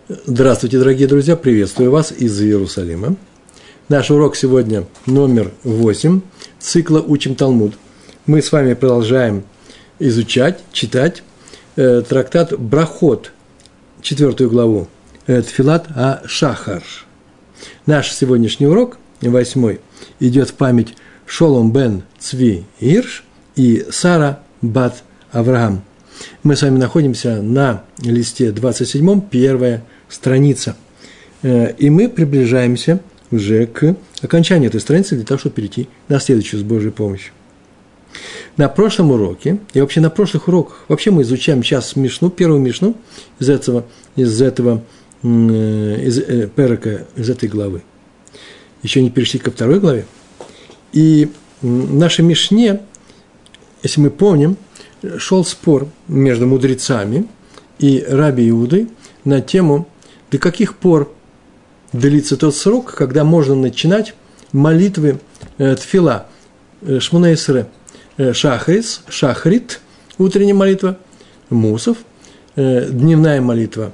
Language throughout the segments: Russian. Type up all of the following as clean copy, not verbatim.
Здравствуйте, дорогие друзья, приветствую вас из Иерусалима. Наш урок сегодня номер 8 цикла «Учим Талмуд». Мы с вами продолжаем изучать, читать трактат Брахот, 4 главу, Тфилат ха-Шахар. Наш сегодняшний урок, 8, идет в память Шолом бен Цви Ирш и Сара бат Авраам. Мы с вами находимся на листе 27, первая страница. И мы приближаемся уже к окончанию этой страницы для того, чтобы перейти на следующую с Божьей помощью. На прошлом уроке, и вообще на прошлых уроках, вообще мы изучаем сейчас Мишну, первую Мишну из этой главы. Еще не перешли ко второй главе. И в нашей Мишне, если мы помним, шел спор между мудрецами и Раби Иудой на тему, до каких пор длится тот срок, когда можно начинать молитвы тфила, шмуна-эсре, шахрис, шахрит, утренняя молитва, мусов, дневная молитва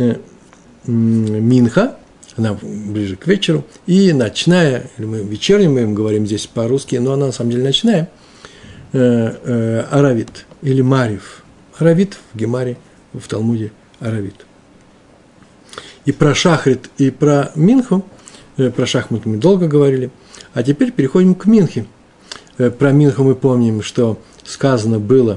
минха, она ближе к вечеру, и ночная, или мы вечерняя, мы им говорим здесь по-русски, но она на самом деле ночная, аравит или марив. Аравит в Гемаре, в Талмуде аравит. И про шахрит, и про минху, про шахмат мы долго говорили, а теперь переходим к минхе. Про минху мы помним, что сказано было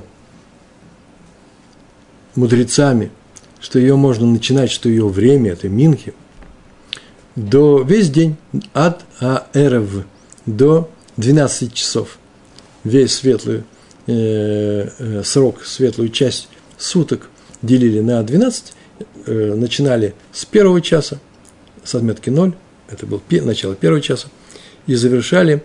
мудрецами, что ее можно начинать, что ее время, это минхи, до весь день, ад аэров, до 12 часов. Весь светлый срок, светлую часть суток делили на 12, начинали с первого часа, с отметки 0, это было начало первого часа, и завершали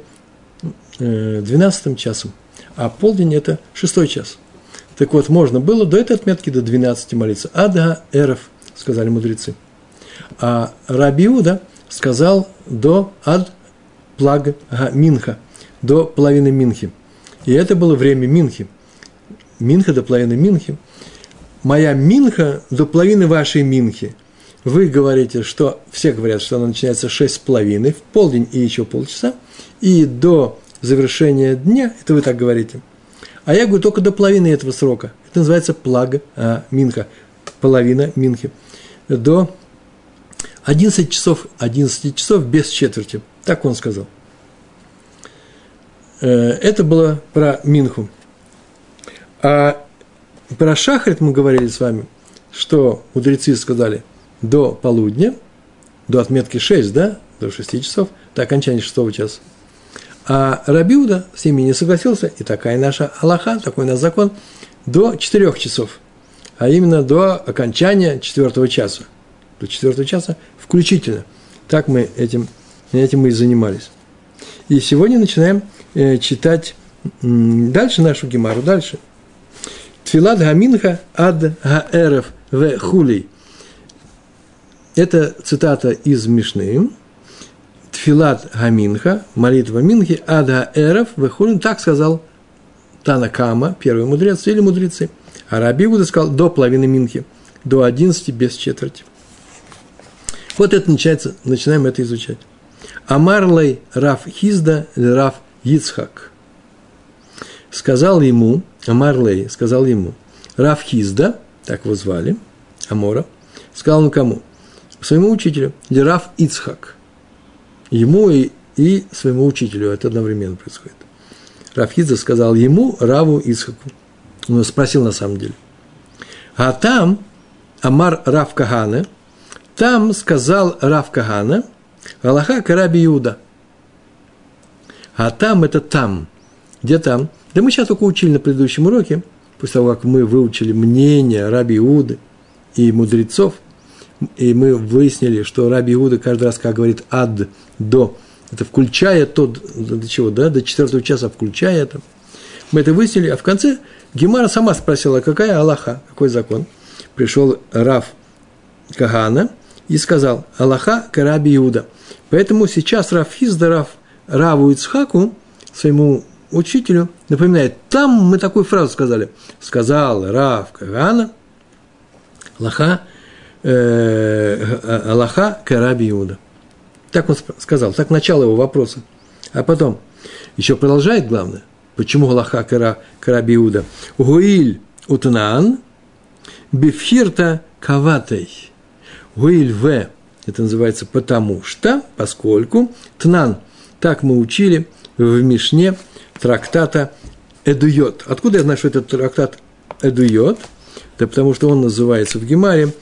12 часом, а полдень – это 6 час. Так вот, можно было до этой отметки, до 12 молиться. Ада эров, сказали мудрецы. А Раби Иуда сказал до ад плаг минха, до половины минхи. И это было время минхи. Минха до половины минхи. Моя минха до половины вашей минхи. Вы говорите, что, все говорят, что она начинается 6:30, в полдень и еще полчаса, и до завершения дня, это вы так говорите. А я говорю только до половины этого срока. Это называется плаг минха, половина минхи. До 11 часов без четверти. Так он сказал. Это было про минху. А про шахрит мы говорили с вами, что мудрецы сказали до полудня, до отметки 6, да, до 6 часов, до окончания 6 часа. А Раби Иуда с ними не согласился, и такая наша алаха, такой наш закон, до 4 часов, а именно до окончания 4 часа. До 4 часа включительно. Так мы этим мы и занимались. И сегодня начинаем читать дальше нашу гемару, дальше. Тфилат гаминха ад гаэров в хулей. Это цитата из Мишны. Тфилат гаминха, молитва минхи, ад гаэров в хулей. Так сказал Тана Кама, первый мудрец или мудрецы. А Раби Иуда сказал до половины минхи, до 11 без четверти. Вот это начинаем это изучать. Амарлей Рав Хизда Рав Йицхак. Сказал ему, Амарлей сказал ему, Рав Хизда, так его звали, Амора, сказал он кому? Своему учителю, Рав Йицхак. Ему и своему учителю, это одновременно происходит. Рав Хизда сказал ему, Раву Йицхаку. Он спросил на самом деле. А там, Амар Рав Кахана, там сказал Рав Кахана, Аллаха Раби Иуда. А там – это там. Где там? Да мы сейчас только учили на предыдущем уроке, после того, как мы выучили мнение Раби Иуды и мудрецов, и мы выяснили, что Раби Иуда каждый раз, как говорит «ад», «до», это включая то, до чего, да, до 4 часа включая это. Мы это выяснили, а в конце Гемара сама спросила, какая Аллаха, какой закон. Пришел Рав Кахана и сказал «Аллаха Раби Иуда». Поэтому сейчас Рав Хизда Раву Ицхаку, своему учителю, напоминает, там мы такую фразу сказали. Сказал Рав Кахана, Аллаха Аллаха Караби Иуда. Так он сказал, так начало его вопроса. А потом, еще продолжает главное, почему Аллаха Караби Иуда? Гуиль утнаан бифхирта каватей. Гуиль в, это называется потому что, поскольку, тнан, так мы учили в Мишне трактата Эдуйот. Откуда я знаю, что это трактат Эдуйот? Да потому что он называется в Гемаре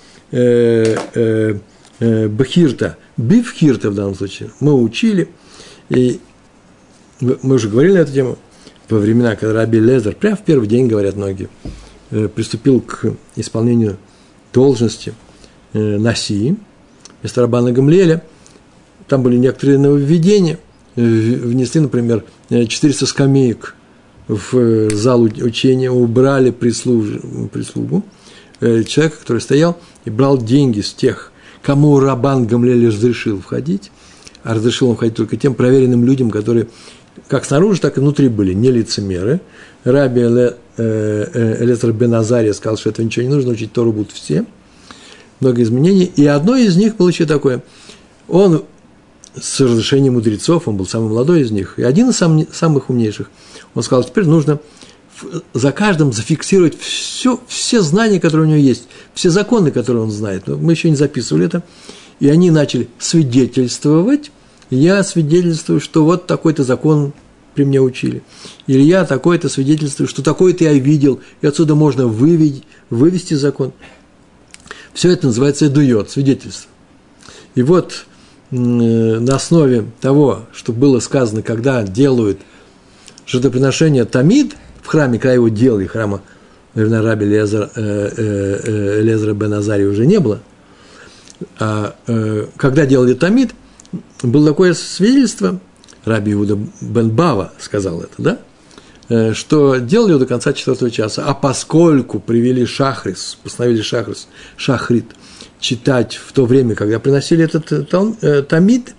Бхирта, Бифхирта в данном случае. Мы учили, и мы уже говорили на эту тему, во времена, когда Раби Лезер, прямо в первый день, говорят многие, приступил к исполнению должности Насии, вместо Раббана Гамлиэля. Там были некоторые нововведения, внесли, например, 400 скамеек в зал учения, убрали прислугу, человека, который стоял и брал деньги с тех, кому Раббан Гамлиэль разрешил входить, а разрешил он входить только тем проверенным людям, которые как снаружи, так и внутри были не лицемеры. Раби Элиэзер бен Азария сказал, что этого ничего не нужно, учить Тору будут все. Много изменений. И одно из них было еще такое. Он с разрешением мудрецов, он был самый молодой из них, и один из самых умнейших. Он сказал, теперь нужно за каждым зафиксировать все знания, которые у него есть, все законы, которые он знает. Но мы еще не записывали это. И они начали свидетельствовать. Я свидетельствую, что вот такой-то закон при мне учили. Или я такой-то свидетельствую, что такой-то я видел, и отсюда можно вывести закон. Все это называется эдуйот, свидетельство. И вот на основе того, что было сказано, когда делают жертвоприношение тамид в храме, когда его делали, храма, наверное, Раби Элиэзера бен Азария уже не было, а когда делали тамид, было такое свидетельство, Раби Иуда бен Бава сказал это, да, что делали его до конца 4 часа, а поскольку привели шахрис, постановили шахрит, читать в то время, когда приносили этот тамид,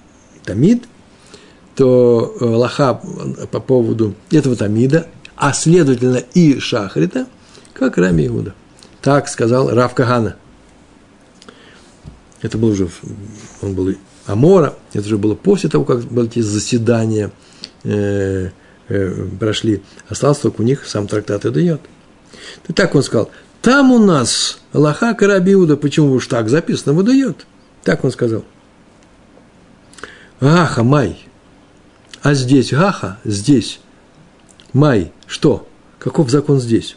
то лаха по поводу этого тамида, а следовательно и шахрита, как Раби Иуда. Так сказал Рав Кагана. Это был уже, он был Амора, это уже было после того, как были эти заседания прошли, остался только у них сам трактат Эдуйот. И так он сказал, там у нас Аллаха Караби Иуда, почему уж так записано в Эдуйот? Так он сказал. Гаха, май. А здесь гаха, здесь. Май, что? Каков закон здесь?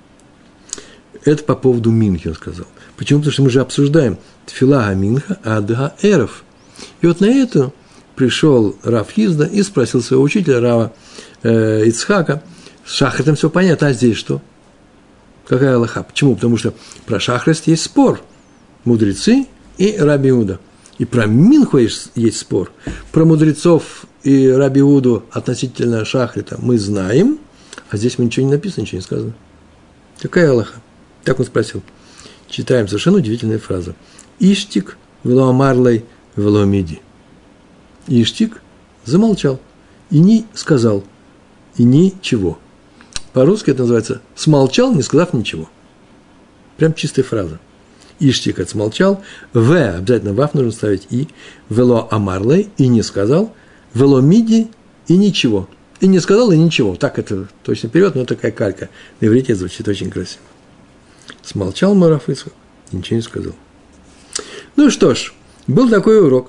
Это по поводу Минхи, он сказал. Почему? Потому что мы же обсуждаем тфила Минха адга эров. И вот на это пришел Рав Хизда и спросил своего учителя Рава Ицхака, с шахритом все понятно, а здесь что? Какая алаха? Почему? Потому что про шахрист есть спор. Мудрецы и Раби Иуда. И про Минху есть спор. Про мудрецов и Раби Иуду относительно шахрита мы знаем, а здесь ничего не написано, ничего не сказано. Какая алаха? Так он спросил. Читаем совершенно удивительная фраза. Иштик вело амарлей вело миди. Иштик замолчал и не сказал, и ничего. По-русски это называется «смолчал, не сказав ничего». Прям чистая фраза. Иштик это смолчал, в, обязательно ваф нужно ставить и, вело амарлей, и не сказал, вело миди, и ничего. И не сказал, и ничего. Так это точно перевод, но такая калька. На иврите звучит очень красиво. Смолчал Рав Ицхак, ничего не сказал. Ну что ж, был такой урок.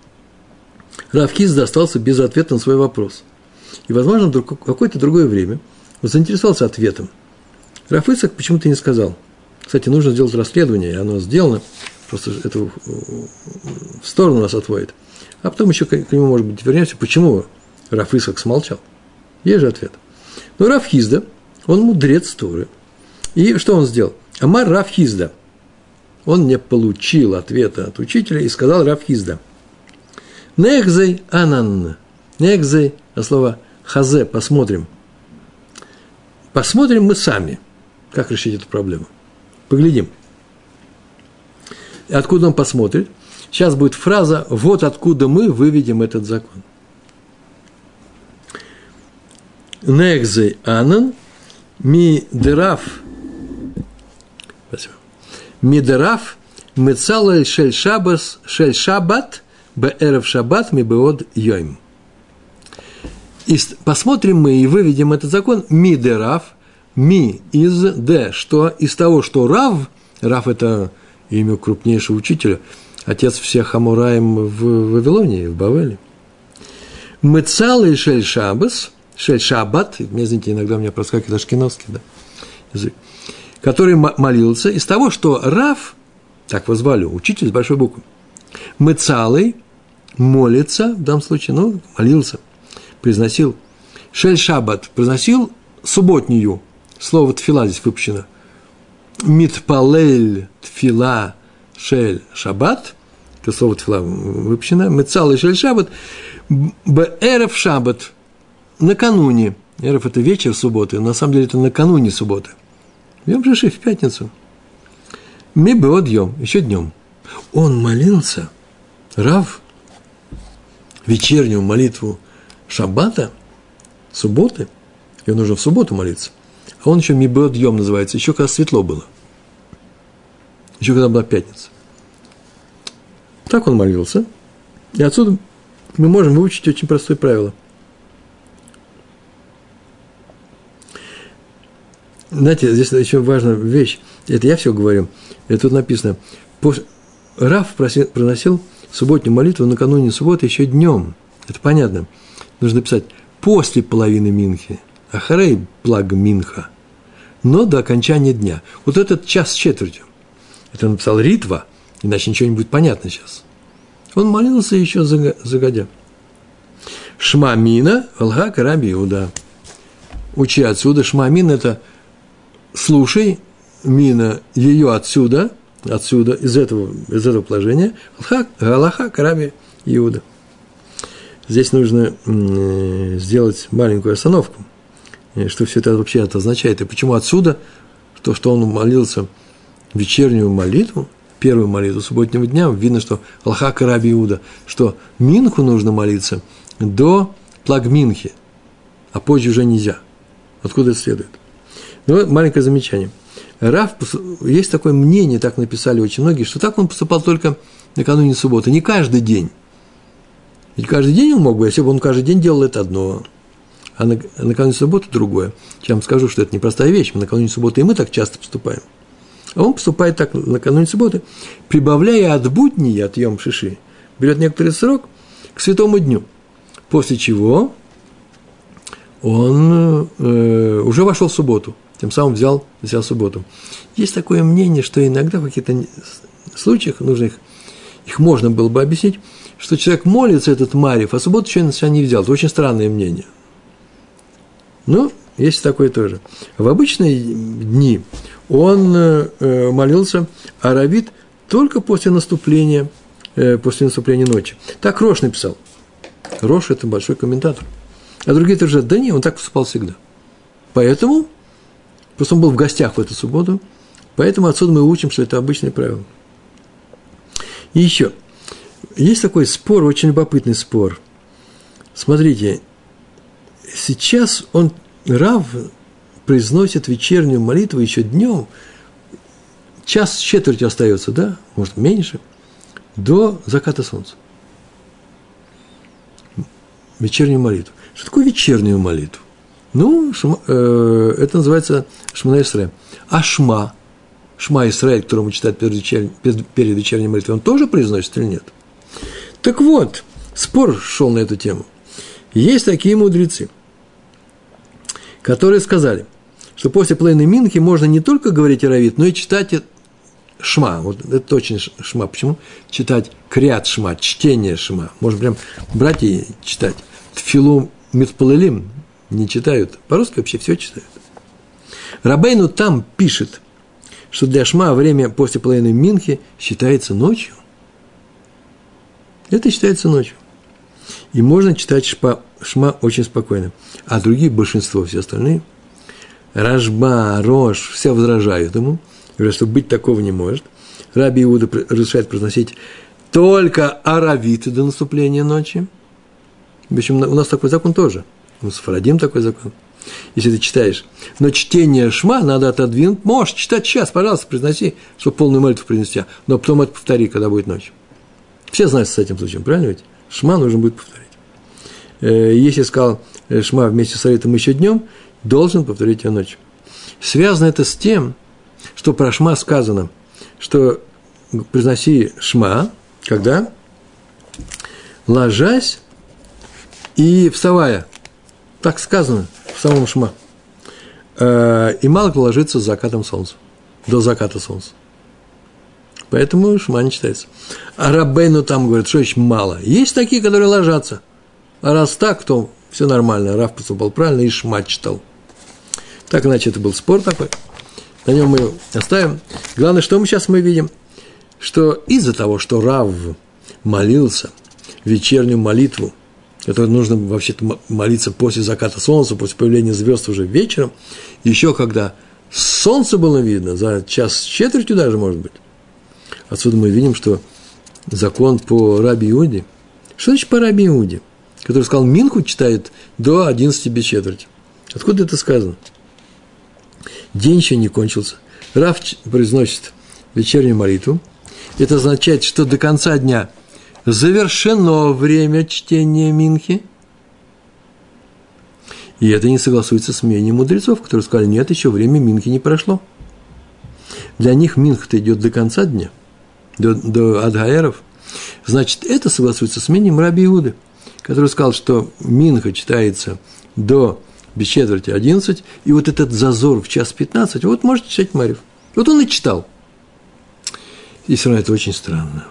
Рав Хизда остался без ответа на свой вопрос. И, возможно, в какое-то другое время он заинтересовался ответом. Рав Ицхак почему-то не сказал. Кстати, нужно сделать расследование, и оно сделано, просто это в сторону нас отводит. А потом еще к нему, может быть, вернемся, почему Рав Ицхак смолчал. Есть же ответ. Но Рав Хизда, он мудрец Торы. И что он сделал? Амар Рав Хизда. Он не получил ответа от учителя и сказал Рав Хизда. Нехзей анан. Нехзей, а слово хазе, посмотрим. Посмотрим мы сами, как решить эту проблему. Поглядим. Откуда он посмотрит? Сейчас будет фраза «Вот откуда мы выведем этот закон». Нехзей анан мидераф. Спасибо. Мидераф Мецалаль шель шаббат беэров шаббат мибеод йойм. И посмотрим мы и выведем этот закон ми де рав, ми из де, что из того, что рав это имя крупнейшего учителя, отец всех Амураим в Вавилоне, в Бавеле. Мецалаль шель шаббат, извините, иногда у меня проскакивает ашкеназский, да, язык, который молился из того, что рав, так его звали, учитель с большой буквы, Мецалый молится, в данном случае, молился, произносил, шель шаббат, произносил субботнюю, слово тфила здесь выпущено, митпалель тфила шель шаббат, это слово тфила выпущено, Мецалый шель шаббат, беэров шаббат, накануне, эров – это вечер субботы, на самом деле это накануне субботы, Йом Шиши, в пятницу, ми беод йом, еще днем, он молился, рав, вечернюю молитву шаббата, субботы, ее нужно в субботу молиться, а он еще ми беод йом называется, еще когда светло было, еще когда была пятница. Так он молился, и отсюда мы можем выучить очень простое правило. Знаете, здесь еще важная вещь, это я все говорю, это тут написано, рав проносил субботнюю молитву накануне субботы еще днем, это понятно, нужно написать после половины минхи, ахарей плаг минха, но до окончания дня, вот этот час с четвертью, это написал Ритва, иначе ничего не будет понятно сейчас, он молился еще загодя. Шма мина, алга караби Иуда, учи отсюда, шма мина – это слушай, мина, ее отсюда, из этого положения, Галаха, Караби, Иуда. Здесь нужно сделать маленькую остановку, что все это вообще означает, и почему отсюда, то, что он молился вечернюю молитву, первую молитву субботнего дня, видно, что Галаха, Караби, Иуда, что Минху нужно молиться до плагминхи, а позже уже нельзя. Откуда это следует? Ну, маленькое замечание. Рав, есть такое мнение, так написали очень многие, что так он поступал только накануне субботы, не каждый день. Ведь каждый день он мог бы, если бы он каждый день делал это одно, а накануне субботы другое. Я вам скажу, что это непростая вещь, накануне субботы и мы так часто поступаем. А он поступает так накануне субботы, прибавляя от будней, от Йом Шиши, берет некоторый срок к святому дню, после чего он уже вошел в субботу. Тем самым взял субботу. Есть такое мнение, что иногда в каких-то случаях нужных, их можно было бы объяснить, что человек молится, этот Марьев, а субботу еще на себя не взял. Это очень странное мнение. Но есть такое тоже. В обычные дни он молился аравит только после наступления ночи. Так Рош написал. Рош – это большой комментатор. А другие тоже, да нет, он так поступал всегда. Поэтому, просто он был в гостях в эту субботу, поэтому отсюда мы учим, что это обычное правило. И еще, есть такой спор, очень любопытный спор. Смотрите, сейчас Рав произносит вечернюю молитву еще днем, час с четвертью остается, да, может меньше, до заката солнца. Вечернюю молитву. Что такое вечернюю молитву? Это называется Шмона Исраэль. А Шма Исраэль, которому читают перед вечерней молитвой, он тоже произносит или нет? Так вот, спор шел на эту тему. Есть такие мудрецы, которые сказали, что после половины минхи можно не только говорить аравит, но и читать Шма. Вот это точно Шма. Почему? Читать крят Шма, чтение Шма. Можно прям брать и читать. Тфилу митпалелим не читают. По-русски вообще все читают. Рабейну там пишет, что для Шма время после половины минхи считается ночью. Это считается ночью. И можно читать Шма очень спокойно. А другие, большинство, все остальные, Рашба, Рош, все возражают ему. Говорят, что быть такого не может. Раби Иуда разрешает произносить только аравит до наступления ночи. В общем, у нас такой закон тоже. У Сефардим такой закон. если ты читаешь. Но чтение шма надо отодвинуть. Можешь читать сейчас, пожалуйста, произноси, чтобы полную молитву произнести. Но потом это повтори, когда будет ночь. Все знают с этим случаем, правильно ведь? Шма нужно будет повторить. Если сказал шма вместе с аветом еще днем, должен повторить ее ночью. Связано это с тем, что про шма сказано, что произноси шма, когда ложась и вставая. Так сказано в самом шма. И мало кто ложится с закатом солнца, до заката солнца. Поэтому шма не читается. А Рабейну там говорит, что еще мало. Есть такие, которые ложатся. А раз так, то все нормально. Рав поступал правильно и шма читал. Так иначе это был спор такой. На нем мы оставим. Главное, что мы сейчас видим, что из-за того, что Рав молился вечернюю молитву, которую нужно вообще-то молиться после заката солнца, после появления звезд уже вечером, еще когда солнце было видно, за час с четвертью даже, может быть. Отсюда мы видим, что закон по Раби Иуде. Что значит по Раби Иуде? Который сказал, Минху читает до 11 без четверти. Откуда это сказано? День еще не кончился. Рав произносит вечернюю молитву. Это означает, что до конца дня завершено время чтения Минхи. И это не согласуется с мнением мудрецов, которые сказали, нет, еще время Минхи не прошло. Для них Минха-то идет до конца дня, до Адгаэров. Значит, это согласуется с мнением Раби Иуды, который сказал, что Минха читается до без четверти 11, и вот этот зазор в час 15, вот можете читать Марив. Вот он и читал. И все равно это очень странно.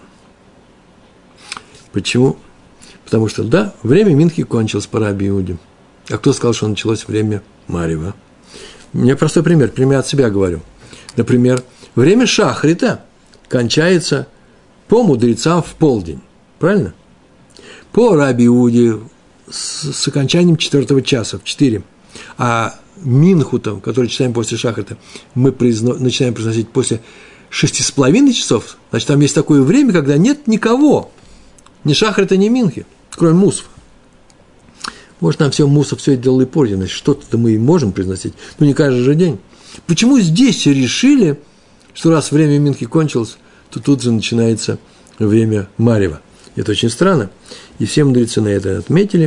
Почему? Потому что, да, время Минхи кончилось по Раби Иуде. А кто сказал, что началось время Марива? У меня простой пример от себя говорю. Например, время Шахрита кончается по мудрецам в полдень. Правильно? По Раби Иуде с окончанием 4 часа, в 4. А Минху, там, который читаем после Шахрита, мы начинаем произносить после 6,5 часов. Значит, там есть такое время, когда нет никого. Ни Шахрита, ни Минхи, кроме мусов. Может, нам все мусов все это делало и позже, значит, что-то мы и можем произносить, но не каждый же день. Почему здесь решили, что раз время Минхи кончилось, то тут же начинается время Марива? Это очень странно. И все мудрецы на это отметили,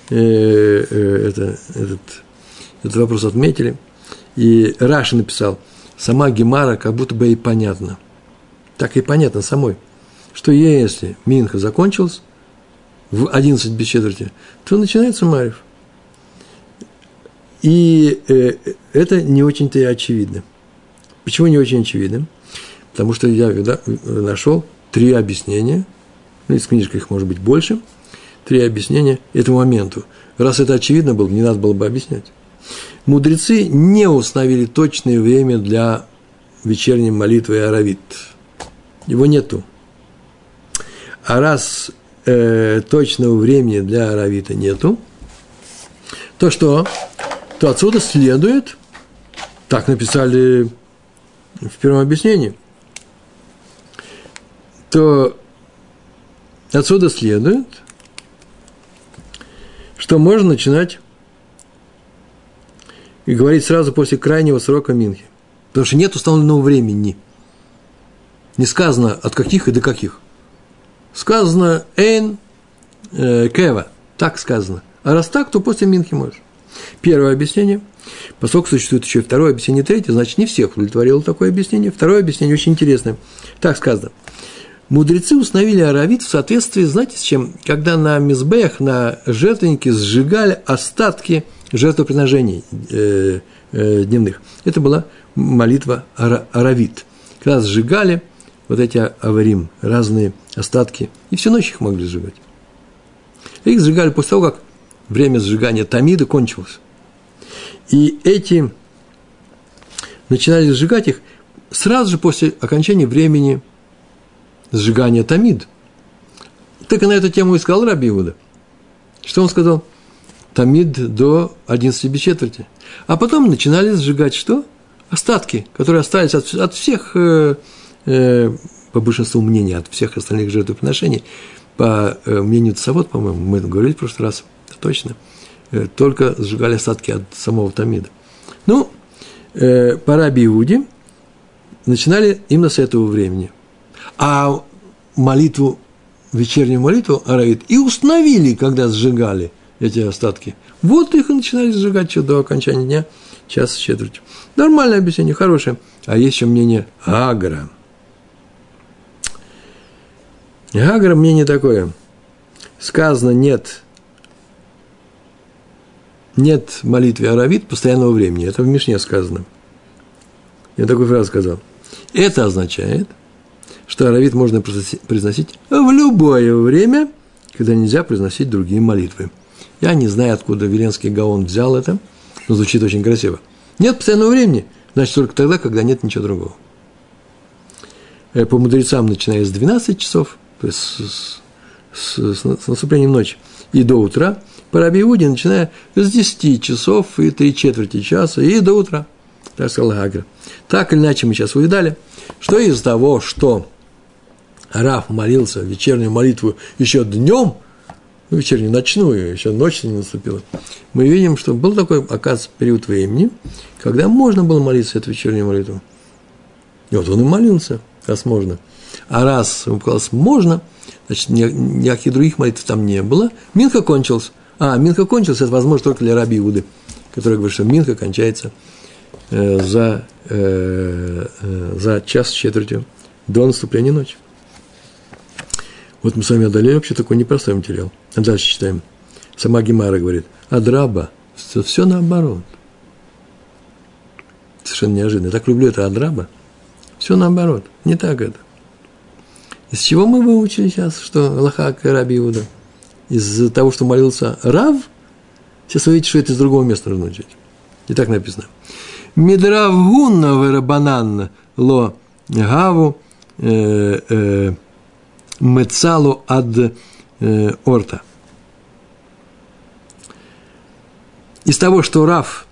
этот вопрос отметили. И Раши написал, сама Гемара как будто бы и понятно. Так и понятно самой, что если Минха закончилась в 11 без четверти, то начинается Марив. И это не очень-то и очевидно. Почему не очень очевидно? Потому что я нашел 3 объяснения, из книжки их может быть больше, 3 объяснения этому моменту. Раз это очевидно было, не надо было бы объяснять. Мудрецы не установили точное время для вечерней молитвы Аравит. Его нету. А раз точного времени для Аравита нету, то что? То отсюда следует, так написали в первом объяснении, то отсюда следует, что можно начинать и говорить сразу после крайнего срока Минхи. Потому что нет установленного времени. Не сказано, от каких и до каких. Сказано «эйн кева», так сказано. А раз так, то после Минхи можешь. Первое объяснение. Поскольку существует еще и второе объяснение, третье, значит, не всех удовлетворило такое объяснение. Второе объяснение очень интересное. Так сказано. Мудрецы установили Аравит в соответствии, знаете, с чем? Когда на мизбеях, на жертвеннике сжигали остатки жертвоприношений дневных. Это была молитва Аравит. Когда сжигали вот эти аварим, разные остатки, и всю ночь их могли сжигать. Их сжигали после того, как время сжигания тамида кончилось. И эти начинали сжигать их сразу же после окончания времени сжигания тамид. Так и на эту тему и сказал Раби Иуда. Что он сказал? Тамид до 11 без четверти. А потом начинали сжигать что? Остатки, которые остались от всех, по большинству мнений, от всех остальных жертвоприношений. По мнению Тосафот, по-моему, мы говорили в прошлый раз, точно, только сжигали остатки от самого Тамида. Ну, по Раби Иуде начинали именно с этого времени. А молитву, вечернюю молитву Аравит и установили, когда сжигали эти остатки. Вот их и начинали сжигать еще до окончания дня, час с четвертью. Нормальное объяснение, хорошее. А есть еще мнение Агара. Агара мнение такое. Сказано, нет молитвы Аравит постоянного времени. Это в Мишне сказано. Я такую фразу сказал. Это означает, что Аравит можно произносить в любое время, когда нельзя произносить другие молитвы. Я не знаю, откуда Виленский Гаон взял это, но звучит очень красиво. Нет постоянного времени, значит, только тогда, когда нет ничего другого. По мудрецам, начиная с 12 часов, то есть с наступлением ночи и до утра, по Раби Иуде, начиная с 10 часов и 3/4 часа и до утра. Так сказал Агра. Так или иначе мы сейчас увидали, что из-за того, что Рав молился вечернюю молитву еще днем, вечернюю, ночную, еще ночь не наступила, мы видим, что был такой, оказывается, период времени, когда можно было молиться эту вечернюю молитву. И вот он и молился, раз можно. А раз ему показалось можно, значит, никаких других молитв там не было. Минха кончился. Минха кончился, это возможно только для Раби Иуды, который говорит, что Минха кончается за час с четвертью до наступления ночи. Вот мы с вами одолели вообще такой непростой материал. А дальше читаем. Сама Гемара говорит, Адраба, все наоборот. Совершенно неожиданно. Я так люблю это Адраба. Все наоборот. Не так это. Из чего мы выучили сейчас, что Лахак и Раби Иуда? Из того, что молился Рав? Сейчас вы видите, что это из другого места нужно учить. И так написано. Мидравгунна верабанан ло гаву мецалу ад орта. Из того, что Рав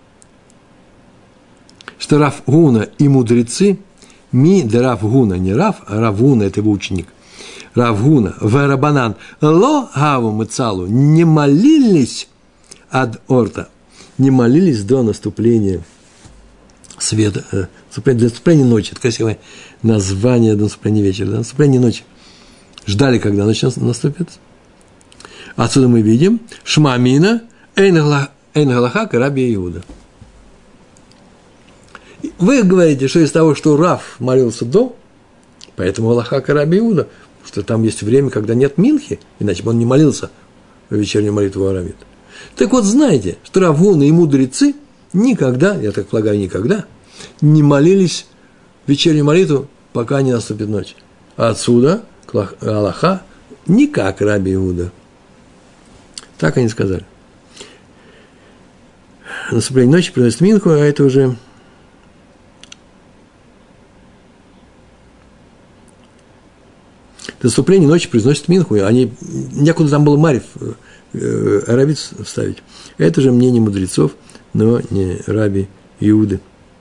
Гуна и мудрецы, ми де Рав Гуна, не Рав, а Рав Гуна – это его ученик. Рав Гуна, верабанан ло гаву мецалу, не молились ад орта, не молились до наступления света, до наступления ночи. Это красивое название до наступления вечера, до наступления ночи. Ждали, когда ночь наступит. Отсюда мы видим Шмамина, Эйн Галаха, Раби Иуда. Вы говорите, что из того, что Рав молился до, поэтому Галаха, Раби Иуда, что там есть время, когда нет Минхи, иначе бы он не молился в вечернюю молитву Аравит. Так вот, знаете, что Рав Гуна и мудрецы никогда, я так полагаю, никогда не молились вечернюю молитву, пока не наступит ночь. А отсюда Галаха не как Раби Иуда. Так они сказали. Наступление ночи приносит Минху, а это уже до наступления ночи произносит Минху, они некуда там было Марев, Аравит вставить. Это же мнение мудрецов, но не Раби Иуды.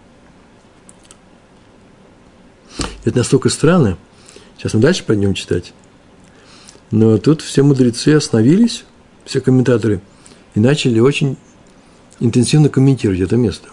Это настолько странно. Сейчас мы дальше пойдем читать. Но тут все мудрецы остановились, все комментаторы, и начали очень интенсивно комментировать это место.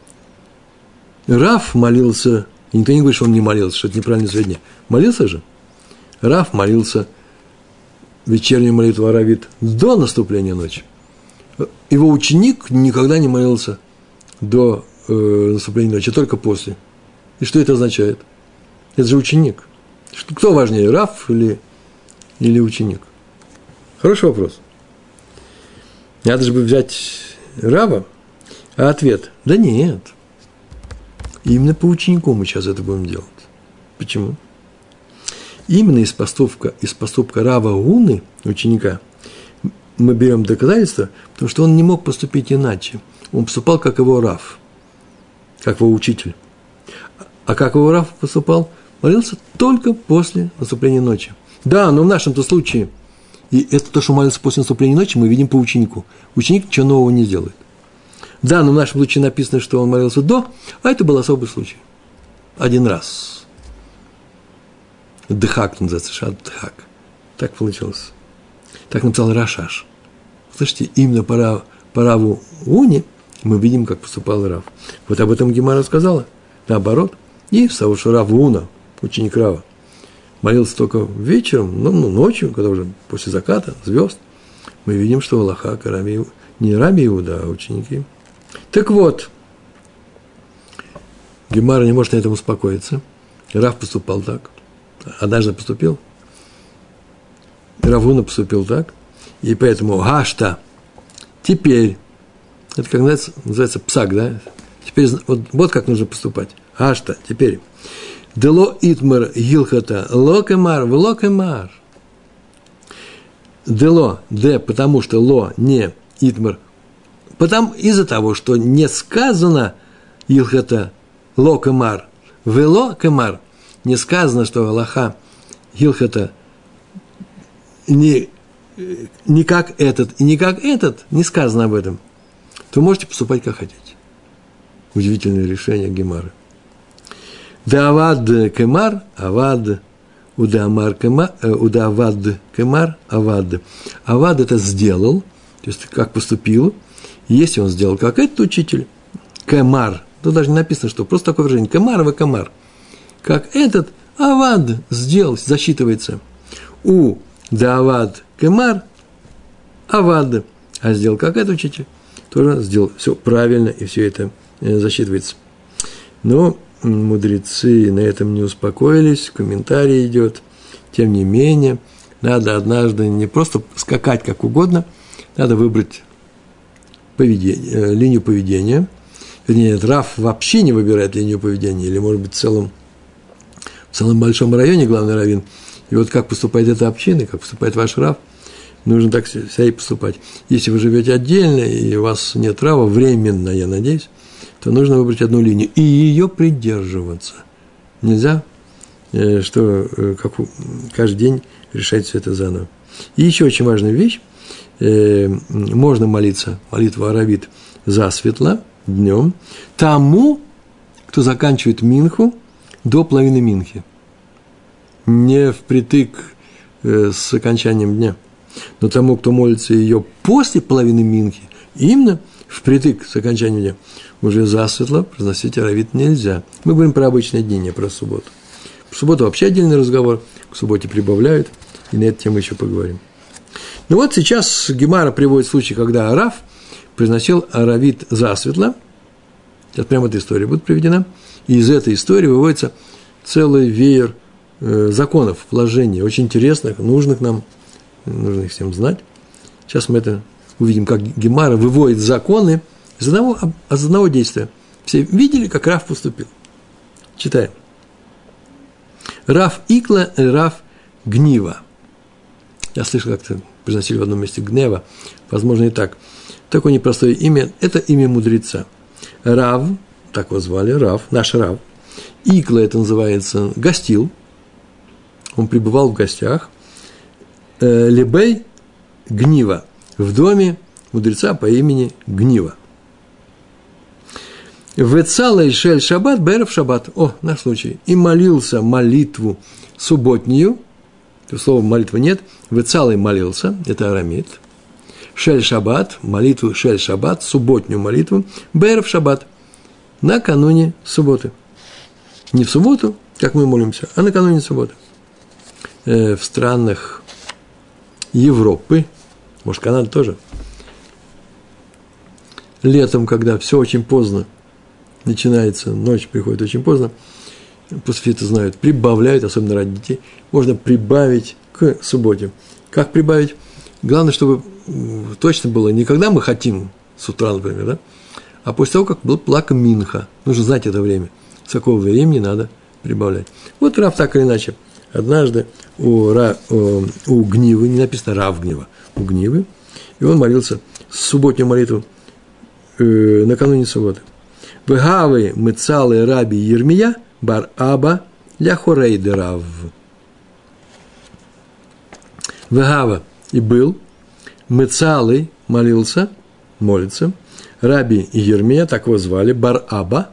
Рав молился, и никто не говорит, что он не молился, что это неправильное сведения. Молился же. Рав молился вечернюю молитву Аравит до наступления ночи. Его ученик никогда не молился до наступления ночи, а только после. И что это означает? Это же ученик. Кто важнее, Рав или ученик? Хороший вопрос. Надо же взять Рава, а ответ – да нет. Именно по ученику мы сейчас это будем делать. Почему? Именно из поступка Рава Гуны, ученика, мы берем доказательства, потому что он не мог поступить иначе. Он поступал, как его Рав, как его учитель. А как его Рав поступал? Молился только после наступления ночи. Да, но в нашем-то случае, и это то, что молился после наступления ночи, мы видим по ученику. Ученик ничего нового не сделает. Да, но в нашем случае написано, что он молился до, а это был особый случай. Один раз. Дхак называется, шат-дхак. Так получилось. Так написал Рашаш. Слышите, именно по по Раву Уни, мы видим, как поступал Рав. Вот об этом Гемара сказала. Наоборот. И с того, что Рав Уна, ученик Рава, молился только вечером, ночью, когда уже после заката, звезд, мы видим, что Аллаха не Раби Иуда, а ученики. Так вот, Гемара не может на этом успокоиться. Рав поступал так. Однажды поступил. Рав Уна поступил так. И поэтому гашта. Теперь. Это как называется псак, да? Теперь вот как нужно поступать. Гашта. Теперь. Дело итмар гилхата локемар в локемар. Дело, потому что ло не итмар. Из-за того, что не сказано гилхата локемар. Вело кемар. Не сказано, что Аллаха гилхата не как этот и не как этот, не сказано об этом, то можете поступать как хотите. Удивительное решение Гемары. Давад кемар, авад, удамар кемар, удавад кемар, авад. Авад – это сделал, то есть как поступил, если он сделал как этот учитель, кемар, тут даже не написано, что просто такое выражение, кемар, кемар, как этот, авад сделал, засчитывается. У давад кемар, авад, а сделал как этот учитель, тоже сделал все правильно, и все это засчитывается. Но мудрецы на этом не успокоились, комментарий идет. Тем не менее, надо однажды не просто скакать как угодно, надо выбрать линию поведения. Вернее, Рав вообще не выбирает линию поведения, или, может быть, в целом большом районе главный раввин. И вот как поступает эта община, как поступает ваш Рав, нужно так себя и поступать. Если вы живете отдельно, и у вас нет Рава, временно, я надеюсь, то нужно выбрать одну линию и ее придерживаться. Нельзя, каждый день решать все это заново. И еще очень важная вещь. Можно молиться, молитву аравит засветло, днем, тому, кто заканчивает минху до половины минхи. Не впритык с окончанием дня. Но тому, кто молится ее после половины минхи, именно впритык с окончанием дня, уже засветло произносить аравит нельзя. Мы говорим про обычные дни, не про субботу. В субботу вообще отдельный разговор, к субботе прибавляют, и на эту тему еще поговорим. Ну вот сейчас Гемара приводит случай, когда Рав произносил аравит засветло. Сейчас прямо эта история будет приведена. И из этой истории выводится целый веер законов, положений, очень интересных, нужных нам, нужно их всем знать. Сейчас мы это увидим, как Гемара выводит законы из одного действия. Все видели, как Рав поступил? Читаем. Рав Икла, Рав Гнива. Я слышал, как-то произносили в одном месте Гнева. Возможно, и так. Такое непростое имя. Это имя мудреца. Рав, так его звали, Рав, наш Рав. Икла, это называется, гостил. Он пребывал в гостях. Лебей Гнива. В доме мудреца по имени Гнива. Вецала и шель шаббат, берев шаббат. Наш случай. И молился молитву субботнюю. Слова молитва нет. Вецалой молился. Это арамит. Шель шаббат. Молитву шель шаббат. Субботнюю молитву. Берев шаббат. Накануне субботы. Не в субботу, как мы молимся, а накануне субботы. В странах Европы, может, Канада тоже, летом, когда все очень поздно начинается, ночь приходит очень поздно, пусть все это знают, прибавляют, особенно ради детей, можно прибавить к субботе. Как прибавить? Главное, чтобы точно было не когда мы хотим, с утра, например, да, а после того, как был плака минха. Нужно знать это время. С какого времени надо прибавлять. Вот Рав так или иначе. Однажды у Гнивы, не написано Рав Гнива, у Гнивы, и он молился субботнюю молитву накануне субботы. Вегавы мыцалы раби Ермия бар аба ляхорей дерав. Вегава и был, мыцалы молился, молится, раби Ермия, так его звали, бар аба,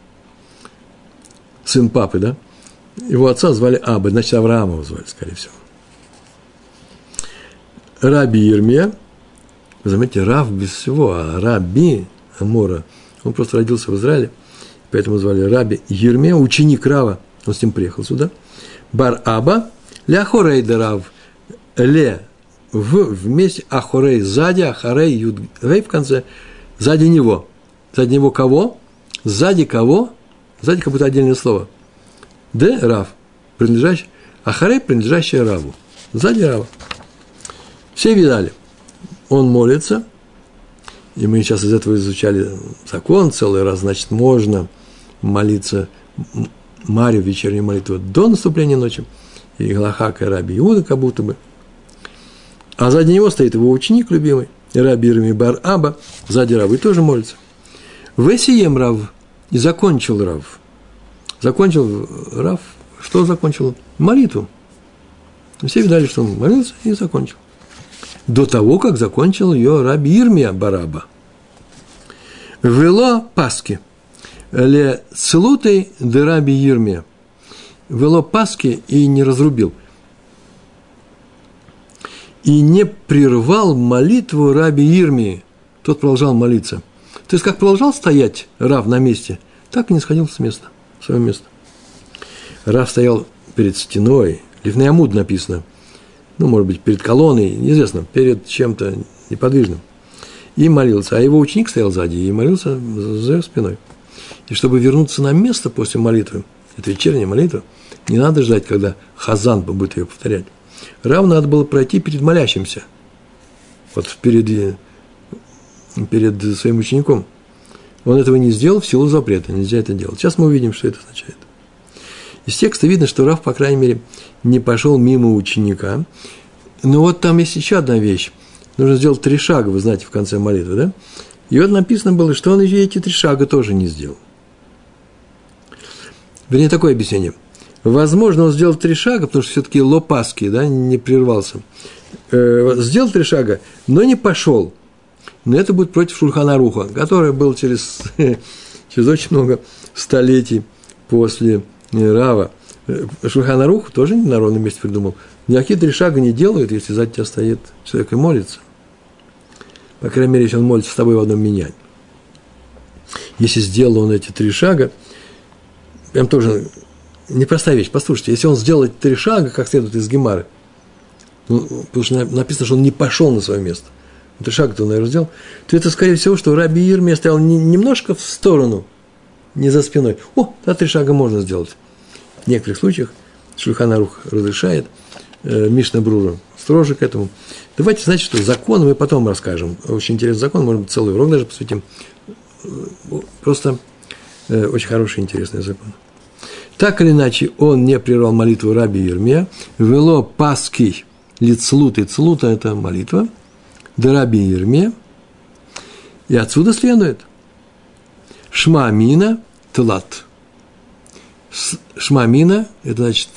сын папы, да? Его отца звали Аба, значит, Авраама звали, скорее всего. Раби Ермия Вы заметите, Рав без всего, а Раби Амора, он просто родился в Израиле, поэтому звали Раби Йирмия, ученик Рава, он с ним приехал сюда. Бар Аба, ле Ахорей да Рав, ле вместе, Ахорей сзади, Ахорей Юд Рей в конце, сзади него. Сзади него кого? Сзади кого? Сзади как будто отдельное слово. Д Рав, принадлежащий, Ахорей, принадлежащий Раву. Сзади Рава. Все видали. Он молится, и мы сейчас из этого изучали закон целый раз, значит, можно молиться Марию, вечернюю молитву до наступления ночи, и Галахак, и Раби Иуда, как будто бы. А сзади него стоит его ученик любимый, Раби Йирмия бар Аба, сзади Равы тоже молится. Весием Рав, и закончил Рав. Закончил Рав, что закончил? Молитву. Все видали, что он молился и закончил. До того, как закончил ее Раби Йирмия бар Аба. Вело Паски. Ле целутой де Раби Йирмия. Вело Паски и не разрубил. И не прервал молитву Раби Йирмии. Тот продолжал молиться. То есть, как продолжал стоять Рав на месте, так и не сходил с места, с своего места. Рав стоял перед стеной, лифней амуд написано, ну, может быть, перед колонной, неизвестно, перед чем-то неподвижным, и молился. А его ученик стоял сзади и молился за его спиной. И чтобы вернуться на место после молитвы, это вечерняя молитва, не надо ждать, когда хазан будет ее повторять. Раву надо было пройти перед молящимся, вот перед своим учеником. Он этого не сделал в силу запрета, нельзя это делать. Сейчас мы увидим, что это означает. Из текста видно, что Рав, по крайней мере, не пошел мимо ученика. Но вот там есть еще одна вещь. Нужно сделать 3 шага, вы знаете, в конце молитвы, да? И вот написано было, что он и эти 3 шага тоже не сделал. Вернее, такое объяснение. Возможно, он сделал 3 шага, потому что все-таки лопаски, да, не прервался. Сделал 3 шага, но не пошел. Но это будет против Шульхан Аруха, который был через очень много столетий после Рава. Шульхан Арух тоже на ровном месте придумал. Никакие 3 шага не делают, если сзади тебя стоит человек и молится. По крайней мере, если он молится с тобой в одном миньяне. Если сделал он эти 3 шага, прям тоже непростая вещь. Послушайте, если он сделал эти 3 шага, как следует из Гемары, ну, потому что написано, что он не пошел на свое место, 3 шага-то он, наверное, сделал, то это, скорее всего, что Раби Йирмия стоял немножко в сторону, не за спиной. 3 шага можно сделать. В некоторых случаях Шульхан Арух разрешает, Мишна Брура строже к этому. Давайте, значит, что закон мы потом расскажем. Очень интересный закон, может быть, целый урок даже посвятим. Просто очень хороший, интересный закон. Так или иначе, он не прервал молитву Раби Йирмия. Вело Паски лицлут, и цлута – это молитва. Да Раби Йирмия. И отсюда следует Шма Мина Тлат. Шма Мина – это значит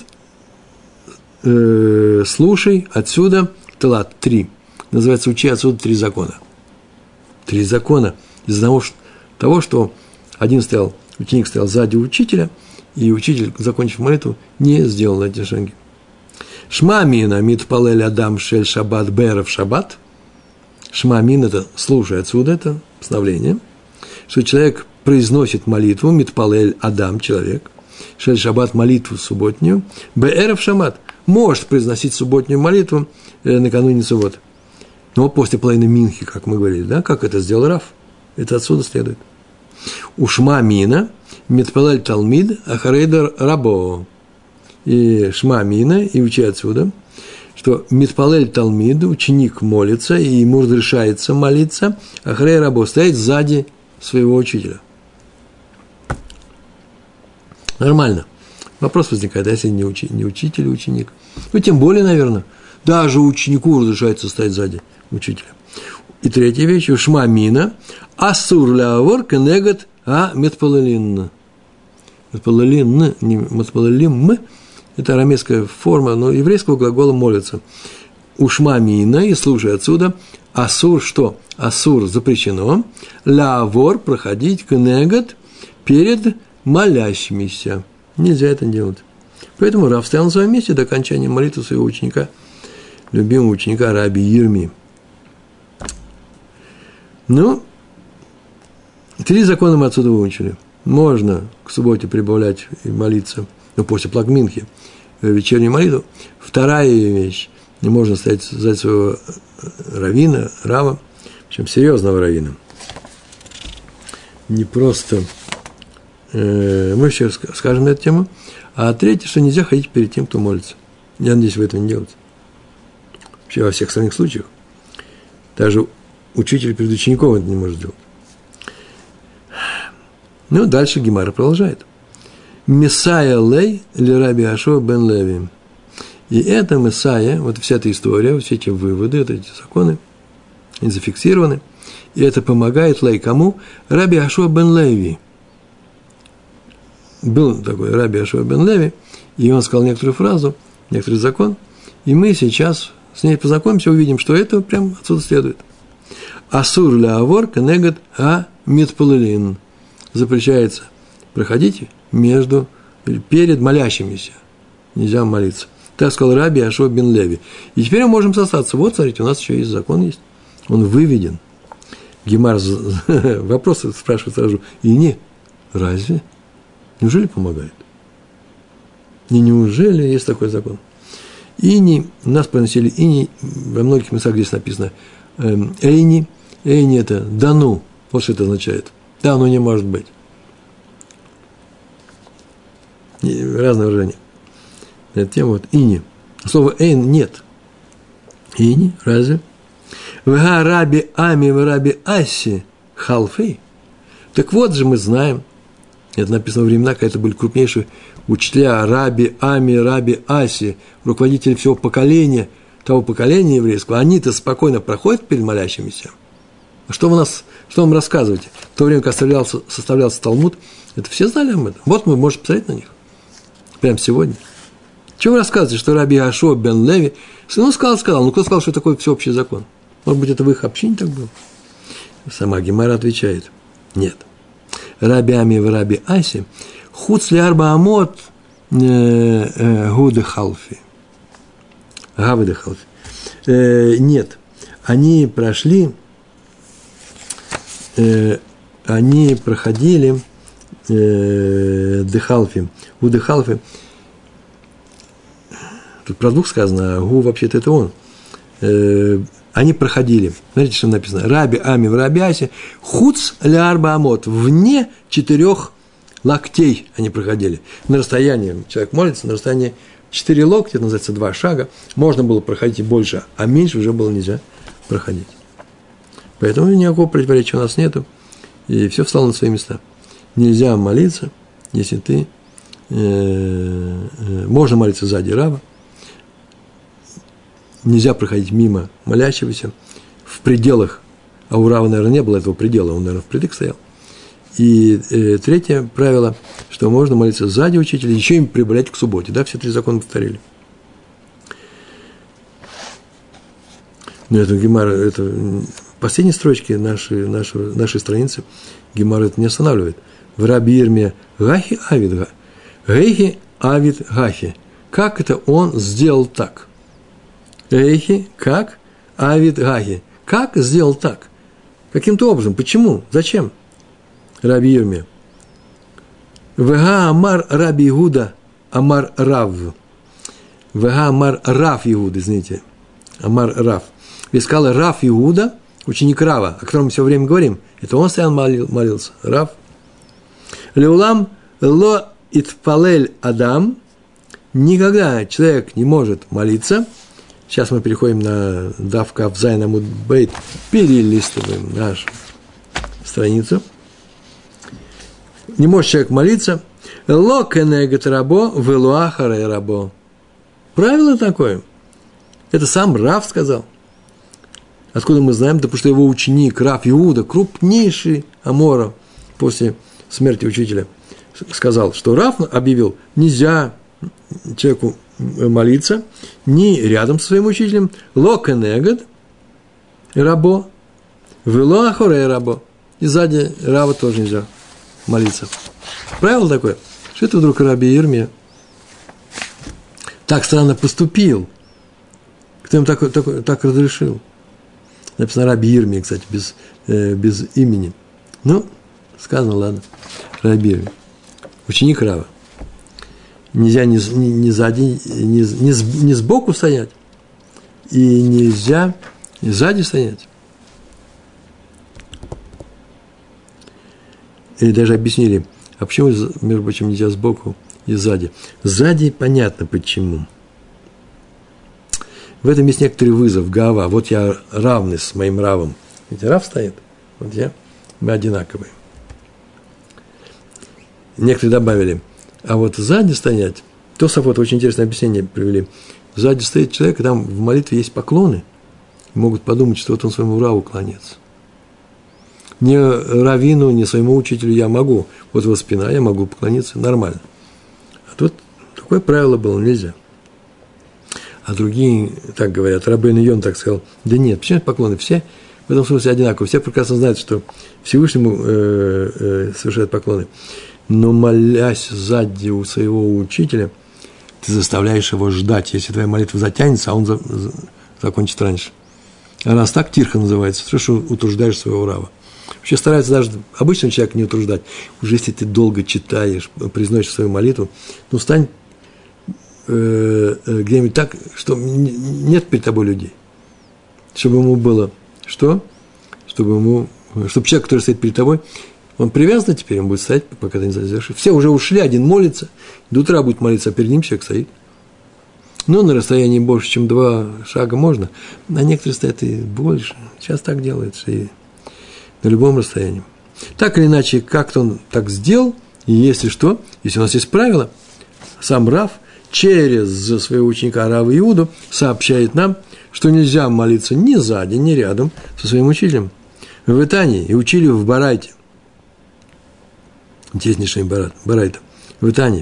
слушай, отсюда Тлат, 3. Называется учи отсюда 3 закона. 3 закона из-за того, что ученик стоял сзади учителя, и учитель, закончив молитву, не сделал эти шаги. Шма Мина митпалель адам шель шаббат берев шаббат. Шма Мин – это слушай отсюда, это постановление, что человек произносит молитву, митпалель адам, человек, шель шаббат, молитву субботнюю, берев шаббат, может произносить субботнюю молитву накануне субботы. Но после половины минхи, как мы говорили, да, как это сделал Рав, это отсюда следует. У Шма Мина митпалель талмид ахарейдар рабо. И Шма Мина, и учи отсюда, что митпалель талмид, ученик молится, и ему разрешается молиться, ахарей рабо, стоять сзади своего учителя. Нормально. Вопрос возникает, а если не учитель, а ученик? Ну, тем более, наверное, даже ученику разрешается стоять сзади учителя. И третья вещь, Шма Мина, асур лявор кенегат метпалелин. Метпалелин, не метпалелим, это арамейская форма, но еврейского глагола молится. У Шма Мина, и слушай отсюда, асур что? Асур запрещено, лявор проходить кенегат перед молящимися. Нельзя это делать. Поэтому Рав стоял на своем месте до окончания молитвы своего ученика, любимого ученика Раби Йирмии. Ну, 3 закона мы отсюда выучили. Можно к субботе прибавлять и молиться, после плагминхи, вечернюю молитву. Вторая вещь. Не можно стоять за своего раввина, рава, причем серьезного раввина. Не просто, мы еще скажем на эту тему. А третье, что нельзя ходить перед тем, кто молится. Я надеюсь, вы этого не делаете. Вообще во всех остальных случаях. Даже учитель перед учеником это не может делать. Ну, дальше Гемара продолжает. Мессая лей ли раби Ашо бен Леви. И это Мессая, вот вся эта история, все эти выводы, вот эти законы, они зафиксированы. И это помогает лей кому? Раби Ашо бен Леви. Был такой раби Ашо бен Леви, и он сказал некоторую фразу, некоторый закон, и мы сейчас с ней познакомимся, увидим, что это прям отсюда следует. Асур ля авор кенегат а митпалелин. Запрещается проходить перед молящимися. Нельзя молиться. Так сказал раби Ашо бен Леви. И теперь мы можем состаться. Вот, смотрите, у нас еще есть закон есть. Он выведен. Гемар вопросы спрашивает сразу. И не, разве? Неужели помогает? Неужели есть такой закон? Ини, нас проносили ини, во многих местах здесь написано эйни. Эйни – это да ну. Вот что это означает. Да, оно не может быть. И разные выражения. Эта тема вот ини. Слово эйн нет. Ини, разве? Вга раби ами в раби аси халфей. Так вот же мы знаем, это написано во времена, когда это были крупнейшие учителя раби ами, раби аси, руководители всего поколения, того поколения еврейского, они-то спокойно проходят перед молящимися. Что вам рассказываете? В то время, как составлялся Талмуд, это все знали об этом. Вот мы можем посмотреть на них. Прямо сегодня. Чего вы рассказываете, что раби Ашо бен Леви? Ну, сказал. Ну, кто сказал, что такое всеобщий закон? Может быть, это в их общине так было? Сама Гемара отвечает. Нет. Раби Ами в раби Аси хуц ли арба амот гуде халфи. Гавде халфи. Нет. Они проходили дехалфи, у дехалфи. Тут про двух сказано, а гу вообще-то это он. Они проходили. Смотрите, что написано. Раби Ами в раби Асе хуц ля арба амот. Вне 4 локтей они проходили. На расстоянии, человек молится, на расстоянии 4 локтя, это называется 2 шага. Можно было проходить и больше, а меньше уже было нельзя проходить. Поэтому никакого противоречия у нас нету. И все встало на свои места. Нельзя молиться, если ты... можно молиться сзади рава. Нельзя проходить мимо молящегося. В пределах, а у рава, наверное, не было этого предела, он, наверное, впритык стоял. И третье правило, что можно молиться сзади учителя, еще им прибавлять к субботе. Да, все 3 закона повторили. Но это Гемара, это... Последние строчки нашей страницы Гемара это не останавливает. В раби Ирмия гахи авид га. Гейхи авид гахи. Как это он сделал так? Гейхи, как? Авид гахи. Как сделал так? Каким-то образом. Почему? Зачем? Раби Ирмия. Вега амар раби Игуда амар рав. Вега амар рав Игуда, извините. Амар рав. Ведь сказал Рав Иуда, ученик Рава, о котором мы все время говорим. Это он стоял, молился. Рав. Леулам ло итпалель адам. Никогда человек не может молиться. Сейчас мы переходим на Дав Кав Зайн Амуд Бейт. Перелистываем нашу страницу. Не может человек молиться. Ло кенегет рабо велуахаре рабо. Правило такое. Это сам Рав сказал. Откуда мы знаем? Да потому что его ученик Рав Иуда, крупнейший Амора после смерти учителя, сказал, что Рав объявил, нельзя человеку молиться ни рядом со своим учителем, ло кенегед рабо, вело ахоре рабо, и сзади Рава тоже нельзя молиться. Правило такое, что это вдруг раби Ирмия так странно поступил, кто ему так разрешил. Написано Раби Ирмия, кстати, без имени. Ну, сказано, ладно, Раби Ирмия. Ученик Рава. Нельзя ни сзади, ни сбоку стоять, и нельзя сзади стоять. И даже объяснили, а почему, между прочим, нельзя сбоку и сзади. Сзади понятно почему. В этом есть некоторый вызов, гава. Вот я равный с моим равом. Ведь рав стоит, вот мы одинаковые. Некоторые добавили, а вот сзади стоять, Тосафот очень интересное объяснение привели. Сзади стоит человек, и там в молитве есть поклоны. Могут подумать, что вот он своему раву кланяется. Не раввину, не своему учителю я могу. Вот его спина, я могу поклониться нормально. А тут такое правило было, нельзя. А другие так говорят, Рабейн Йон так сказал, да нет, почему поклоны? Все в этом смысле одинаковые. Все прекрасно знают, что Всевышнему совершают поклоны. Но молясь сзади у своего учителя, ты заставляешь его ждать. Если твоя молитва затянется, а он закончит раньше. А раз так, тирха называется, ты что утруждаешь своего рава. Вообще стараются даже обычного человека не утруждать. Уже если ты долго читаешь, произносишь свою молитву, ну, стань где-нибудь так, что нет перед тобой людей. Чтобы ему было что? Чтобы человек, который стоит перед тобой, он привязан теперь, он будет стоять, пока ты не завершишь. Все уже ушли, один молится, до утра будет молиться, а перед ним человек стоит. Ну, на расстоянии больше, чем 2 шага можно, а некоторые стоят и больше. Сейчас так делается, и на любом расстоянии. Так или иначе, как-то он так сделал, и если что, если у нас есть правило, сам Рав через своего ученика Рава Иуду сообщает нам, что нельзя молиться ни сзади, ни рядом со своим учителем. В Итании и учили в Барайте. Интереснейший Барайта. В Итании.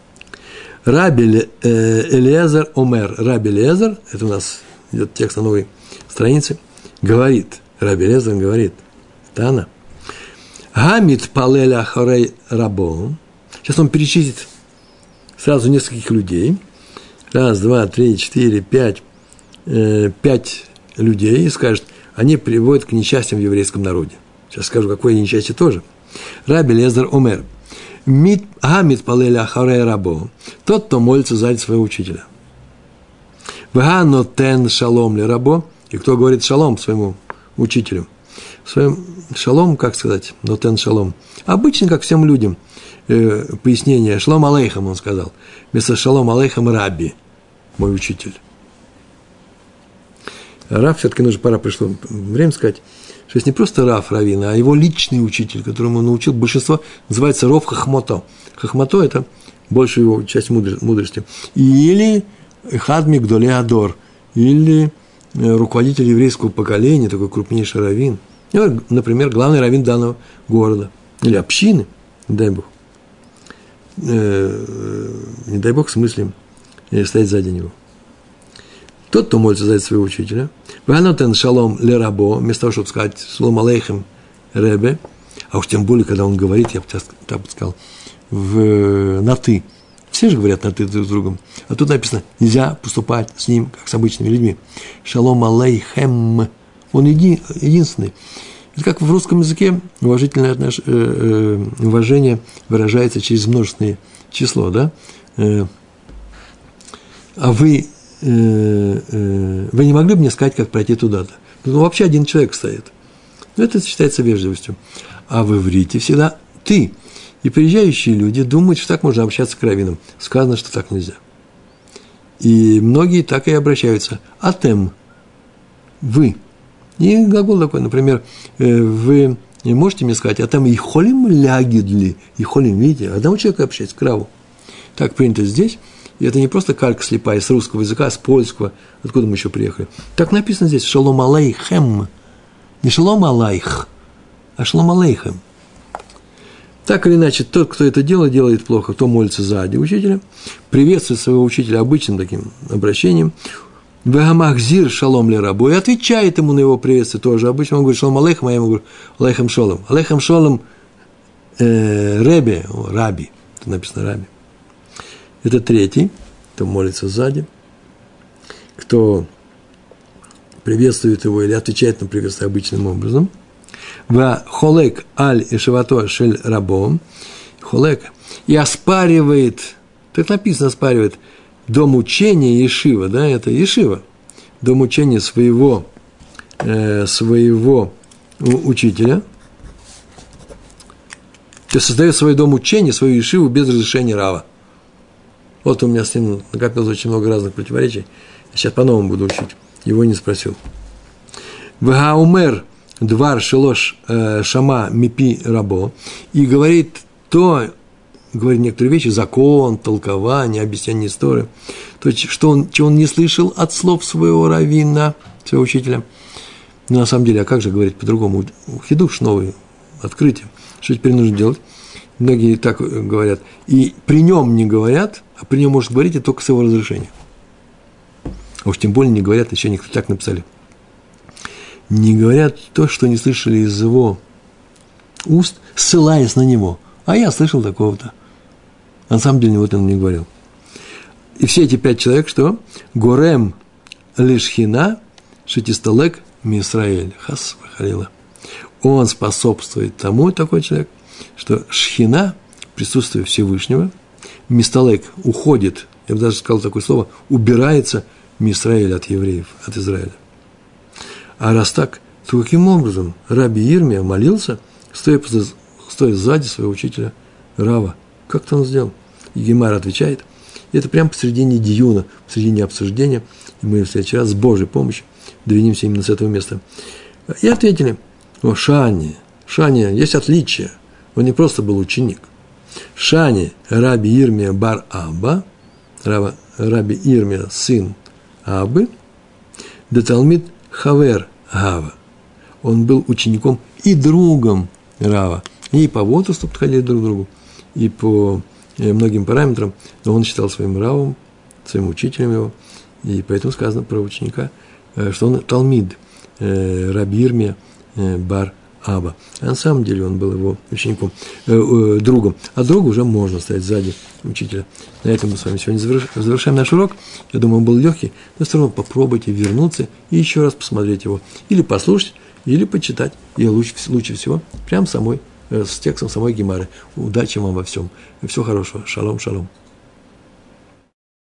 Раби Элиэзер Омер. Раби Элиэзер, это у нас идет текст на новой странице, говорит, Раби Элиэзер говорит, Тана, Гамит палеля ахарей рабо. Сейчас он перечислит сразу нескольких людей. 1, 2, 3, 4, 5. 5 людей и скажет, они приводят к несчастьям в еврейском народе. Сейчас скажу, какое несчастье тоже. Раби Элиэзер Омер. Гамит палеля ахарей рабо. Тот, кто молится сзади своего учителя. Вганотен шалом ли рабо. И кто говорит шалом своему учителю. Своим шалом, как сказать, нотен шалом. Обычно, как всем людям, пояснение, шалом алейхам, он сказал. Вместо шалом алейхам раби, мой учитель. Рав, все-таки пора пришло время сказать, что это не просто Рав раввин, а его личный учитель, которому он научил большинство, называется Ров Хахмото. Хахмото – это большая его часть мудрости. Или Хадми Гдоле Адор, или руководитель еврейского поколения, такой крупнейший раввин. Например, главный раввин данного города. Или общины, не дай Бог. Не дай Бог в смысле стоять сзади него. Тот, кто молится сзади своего учителя. Ванотен шалом ле рабо, вместо того, чтобы сказать шалом алейхем ребе, а уж тем более, когда он говорит, я бы так сказал, на «ты». Все же говорят на «ты» друг с другом. А тут написано, нельзя поступать с ним, как с обычными людьми. Шалом алейхем. Он единственный. Это как в русском языке уважительное уважение выражается через множественное число, да? А вы не могли бы мне сказать, как пройти туда-то? Ну, вообще один человек стоит. Но это считается вежливостью. А в иврите всегда «ты». И приезжающие люди думают, что так можно обращаться к раввинам. Сказано, что так нельзя. И многие так и обращаются. «Атем» – «вы». И глагол такой, например, вы можете мне сказать, «Атем ихолим лягидли». Ихолим, видите, одного человека общается, к раву. Так принято здесь. И это не просто калька слепая с русского языка, с польского, откуда мы еще приехали. Так написано здесь «Шалом алейхем». Не «Шалом алейх», а «Шалом алейхем». Так или иначе, тот, кто это делает плохо, кто молится сзади учителя, приветствует своего учителя обычным таким обращением, «Вегамахзир шалом ли рабу», и отвечает ему на его приветствие тоже обычно. Он говорит «Шалом алейхем», а я ему говорю «Алейхем шалом». «Алейхем шалом» раби, тут написано раби. Это третий, кто молится сзади, кто приветствует его или отвечает на приветствие обычным образом. Ва холек аль ишевато шель рабо, холек, и оспаривает, так написано, оспаривает, дом учения Ешива, да, это Ешива, дом учения своего учителя, то есть создает свой дом учения, свою Ешиву без разрешения Рава. Вот у меня с ним накопилось очень много разных противоречий. Я сейчас по-новому буду учить. Его не спросил. Вагаумер двар шелош шама мипи рабо. И говорит некоторые вещи, закон, толкование, объяснение истории. То есть, чего он не слышал от слов своего раввина, своего учителя. Но на самом деле, а как же говорить по-другому? Хидуш новый, открытие. Что теперь нужно делать? Многие так говорят. И при нем не говорят, а при нем может говорить и только с его разрешения. А уж тем более не говорят, еще никто так написали. Не говорят то, что не слышали из его уст, ссылаясь на него. А я слышал такого-то. А на самом деле вот он не говорил. И все эти 5 человек, что? Горем лишхина шетисталек мисраэль. Хас вахалила. Он способствует тому, такой человек, что шхина, присутствие Всевышнего, мисталек, уходит, я бы даже сказал такое слово, убирается Мисраэль от евреев, от Израиля. А раз так, то каким образом Раби Ирмия молился, стоя сзади своего учителя Рава? Как-то он сделал. И Гемара отвечает. И это прямо посредине диюна, посредине обсуждения. И мы в следующий раз с Божьей помощью двинемся именно с этого места. И ответили, Шани, есть отличие. Он не просто был ученик. Шани Раби Ирмия бар Аба, Раби Ирмия сын Абы, да Талмид Хавер Гава. Он был учеником и другом Рава. И по возрасту подходили друг к другу, и по многим параметрам, но он считал своим Равом, своим учителем его, и поэтому сказано про ученика, что он Талмид Раби Ирмия бар Аба. А на самом деле он был его учеником, другом. А другу уже можно стоять сзади учителя. На этом мы с вами сегодня завершаем наш урок. Я думаю, он был легкий, но все равно попробуйте вернуться и еще раз посмотреть его. Или послушать, или почитать. И лучше всего прямо с текстом самой Гемары. Удачи вам во всем. Всего хорошего. Шалом, шалом.